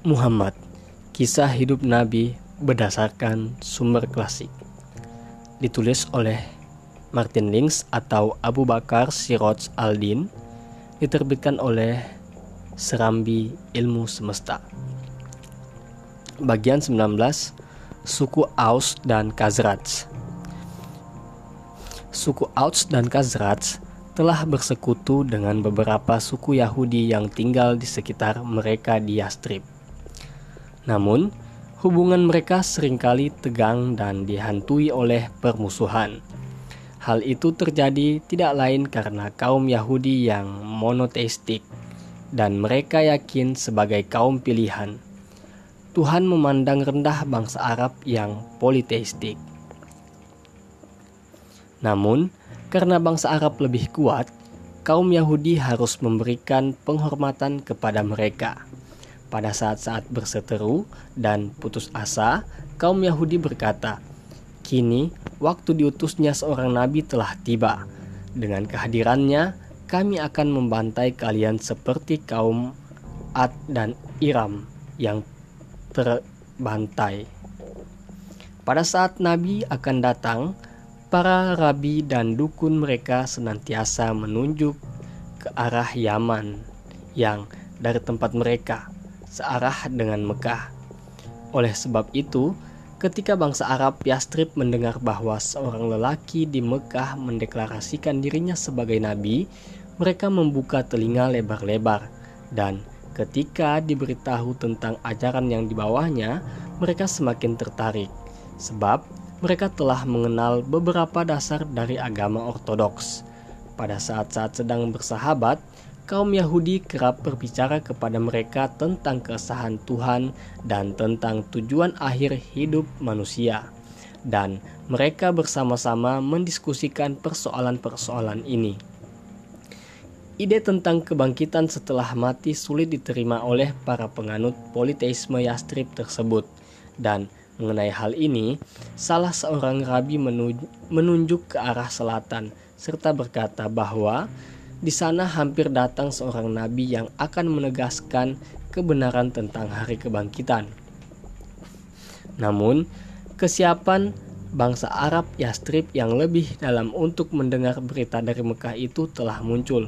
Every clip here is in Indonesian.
Muhammad, kisah hidup Nabi berdasarkan sumber klasik. Ditulis oleh Martin Lings atau Abu Bakar Siroj Al-Din, diterbitkan oleh Serambi Ilmu Semesta. Bagian 19, Suku Aus dan Khazraj. Suku Aus dan Khazraj telah bersekutu dengan beberapa suku Yahudi yang tinggal di sekitar mereka di Yastrib. Namun, hubungan mereka seringkali tegang dan dihantui oleh permusuhan. Hal itu terjadi tidak lain karena kaum Yahudi yang monoteistik dan mereka yakin sebagai kaum pilihan. Tuhan memandang rendah bangsa Arab yang politeistik. Namun, karena bangsa Arab lebih kuat, kaum Yahudi harus memberikan penghormatan kepada mereka. Pada saat-saat berseteru dan putus asa, kaum Yahudi berkata, "Kini waktu diutusnya seorang nabi telah tiba. Dengan kehadirannya, kami akan membantai kalian seperti kaum Ad dan Iram yang terbantai." Pada saat nabi akan datang, para rabi dan dukun mereka senantiasa menunjuk ke arah Yaman yang dari tempat mereka searah dengan Mekah. Oleh sebab itu, ketika bangsa Arab Yastrib mendengar bahwa seorang lelaki di Mekah mendeklarasikan dirinya sebagai nabi, mereka membuka telinga lebar-lebar, dan ketika diberitahu tentang ajaran yang dibawanya, mereka semakin tertarik, sebab mereka telah mengenal beberapa dasar dari agama ortodoks. Pada saat-saat sedang bersahabat, kaum Yahudi kerap berbicara kepada mereka tentang keesahan Tuhan dan tentang tujuan akhir hidup manusia. Dan mereka bersama-sama mendiskusikan persoalan-persoalan ini. Ide tentang kebangkitan setelah mati sulit diterima oleh para penganut politeisme Yastrib tersebut. Dan mengenai hal ini, salah seorang rabi menunjuk ke arah selatan serta berkata bahwa di sana hampir datang seorang nabi yang akan menegaskan kebenaran tentang hari kebangkitan. Namun, kesiapan bangsa Arab Yastrib yang lebih dalam untuk mendengar berita dari Mekah itu telah muncul.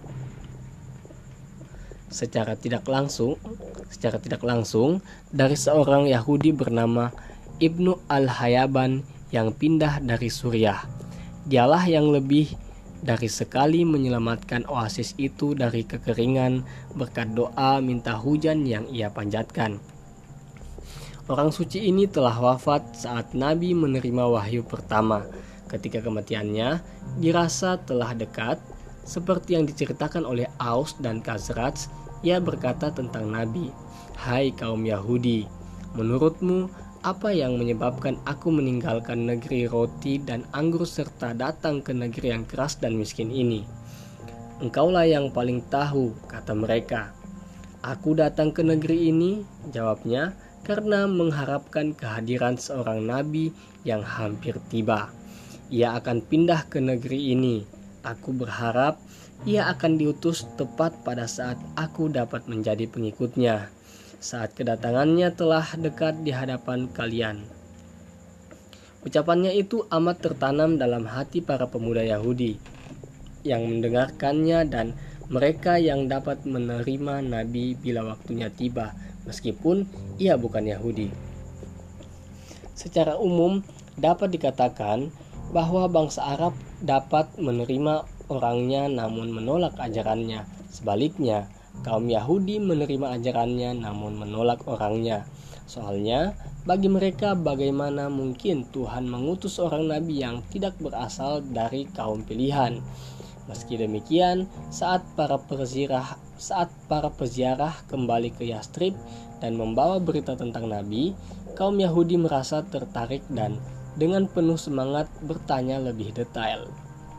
Secara tidak langsung dari seorang Yahudi bernama Ibnu Al-Hayaban yang pindah dari Suriah. Dialah yang lebih dari sekali menyelamatkan oasis itu dari kekeringan berkat doa minta hujan yang ia panjatkan. Orang suci ini telah wafat saat Nabi menerima wahyu pertama. Ketika kematiannya dirasa telah dekat, seperti yang diceritakan oleh Aus dan Khazraj, ia berkata tentang Nabi, "Hai kaum Yahudi, menurutmu apa yang menyebabkan aku meninggalkan negeri roti dan anggur serta datang ke negeri yang keras dan miskin ini? Engkaulah yang paling tahu," kata mereka. "Aku datang ke negeri ini," jawabnya, "karena mengharapkan kehadiran seorang nabi yang hampir tiba. Ia akan pindah ke negeri ini. Aku berharap ia akan diutus tepat pada saat aku dapat menjadi pengikutnya, saat kedatangannya telah dekat di hadapan kalian." Ucapannya itu amat tertanam dalam hati para pemuda Yahudi yang mendengarkannya dan mereka yang dapat menerima Nabi bila waktunya tiba, meskipun ia bukan Yahudi. Secara umum dapat dikatakan bahwa bangsa Arab dapat menerima orangnya namun menolak ajarannya. Sebaliknya, kaum Yahudi menerima ajarannya namun menolak orangnya. Soalnya, bagi mereka bagaimana mungkin Tuhan mengutus seorang nabi yang tidak berasal dari kaum pilihan. Meski demikian, saat para peziarah kembali ke Yastrib dan membawa berita tentang nabi, kaum Yahudi merasa tertarik dan dengan penuh semangat bertanya lebih detail.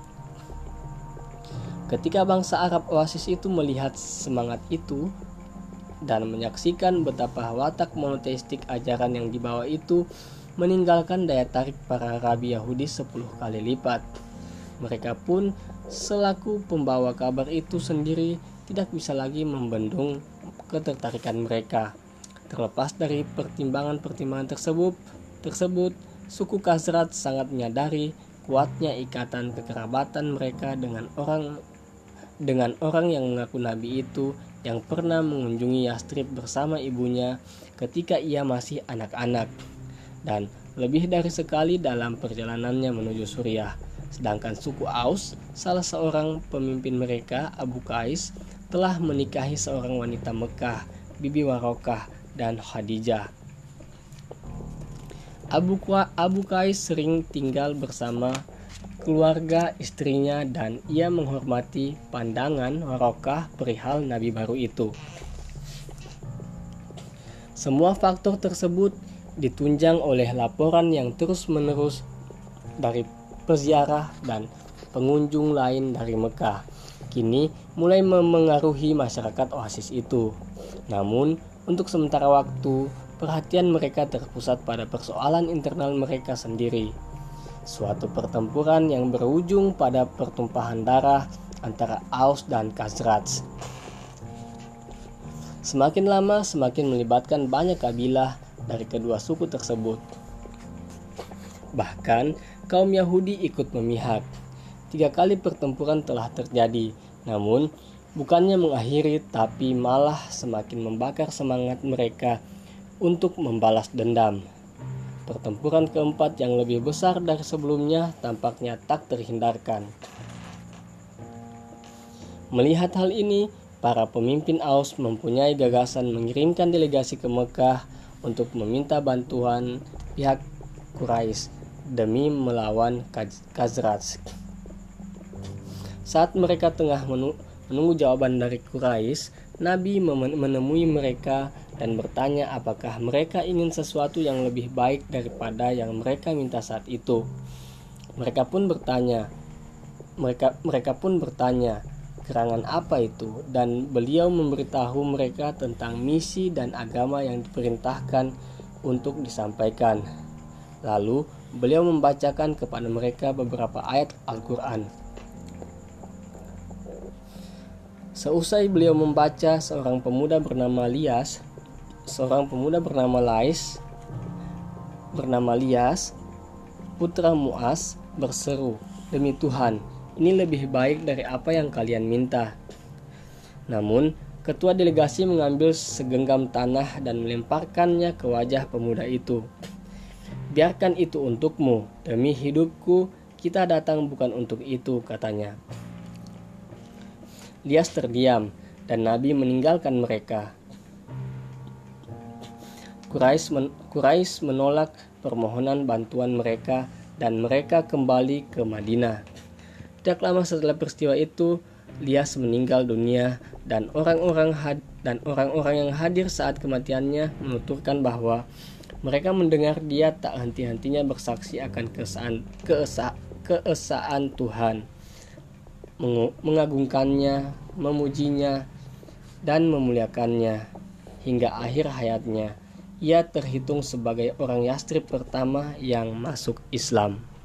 Ketika bangsa Arab oasis itu melihat semangat itu dan menyaksikan betapa watak monoteistik ajaran yang dibawa itu meninggalkan daya tarik para rabi Yahudi 10 kali lipat, mereka pun selaku pembawa kabar itu sendiri tidak bisa lagi membendung ketertarikan mereka. Terlepas dari pertimbangan-pertimbangan tersebut, suku Khazraj sangat menyadari kuatnya ikatan kekerabatan mereka dengan orang yang mengaku nabi itu, yang pernah mengunjungi Yastrib bersama ibunya ketika ia masih anak-anak, dan lebih dari sekali dalam perjalanannya menuju Suriah. Sedangkan suku Aus, salah seorang pemimpin mereka, Abu Qais, telah menikahi seorang wanita Mekah, Bibi Warokah dan Khadijah. Abu Qais sering tinggal bersama keluarga istrinya dan ia menghormati pandangan Warokah perihal nabi baru itu. Semua faktor tersebut ditunjang oleh laporan yang terus-menerus dari peziarah dan pengunjung lain dari Mekah. Kini mulai memengaruhi masyarakat oasis itu. Namun, untuk sementara waktu, perhatian mereka terpusat pada persoalan internal mereka sendiri. Suatu pertempuran yang berujung pada pertumpahan darah antara Aus dan Khazraj. Semakin lama semakin melibatkan banyak kabilah dari kedua suku tersebut. Bahkan kaum Yahudi ikut memihak. 3 kali pertempuran telah terjadi, namun bukannya mengakhiri tapi malah semakin membakar semangat mereka untuk membalas dendam. Pertempuran keempat yang lebih besar dari sebelumnya tampaknya tak terhindarkan. Melihat hal ini, para pemimpin Aus mempunyai gagasan mengirimkan delegasi ke Mekah untuk meminta bantuan pihak Quraisy demi melawan Khazraj. Saat mereka tengah menunggu jawaban dari Quraisy, Nabi menemui mereka dan bertanya apakah mereka ingin sesuatu yang lebih baik daripada yang mereka minta saat itu. Mereka pun bertanya, gerangan apa itu? Dan beliau memberitahu mereka tentang misi dan agama yang diperintahkan untuk disampaikan. Lalu beliau membacakan kepada mereka beberapa ayat Al-Quran. Seusai beliau membaca, seorang pemuda bernama Lias, putra Mu'az, berseru, "Demi Tuhan, ini lebih baik dari apa yang kalian minta." Namun, ketua delegasi mengambil segenggam tanah dan melemparkannya ke wajah pemuda itu. "Biarkan itu untukmu, demi hidupku, kita datang bukan untuk itu," katanya. Lias terdiam, dan Nabi meninggalkan mereka. Quraisy menolak permohonan bantuan mereka dan mereka kembali ke Madinah. Tidak lama setelah peristiwa itu, Lias meninggal dunia dan orang-orang yang hadir saat kematiannya menuturkan bahwa mereka mendengar dia tak henti-hentinya bersaksi akan keesaan Tuhan, mengagungkannya, memujinya, dan memuliakannya hingga akhir hayatnya. Ia terhitung sebagai orang Yastrib pertama yang masuk Islam.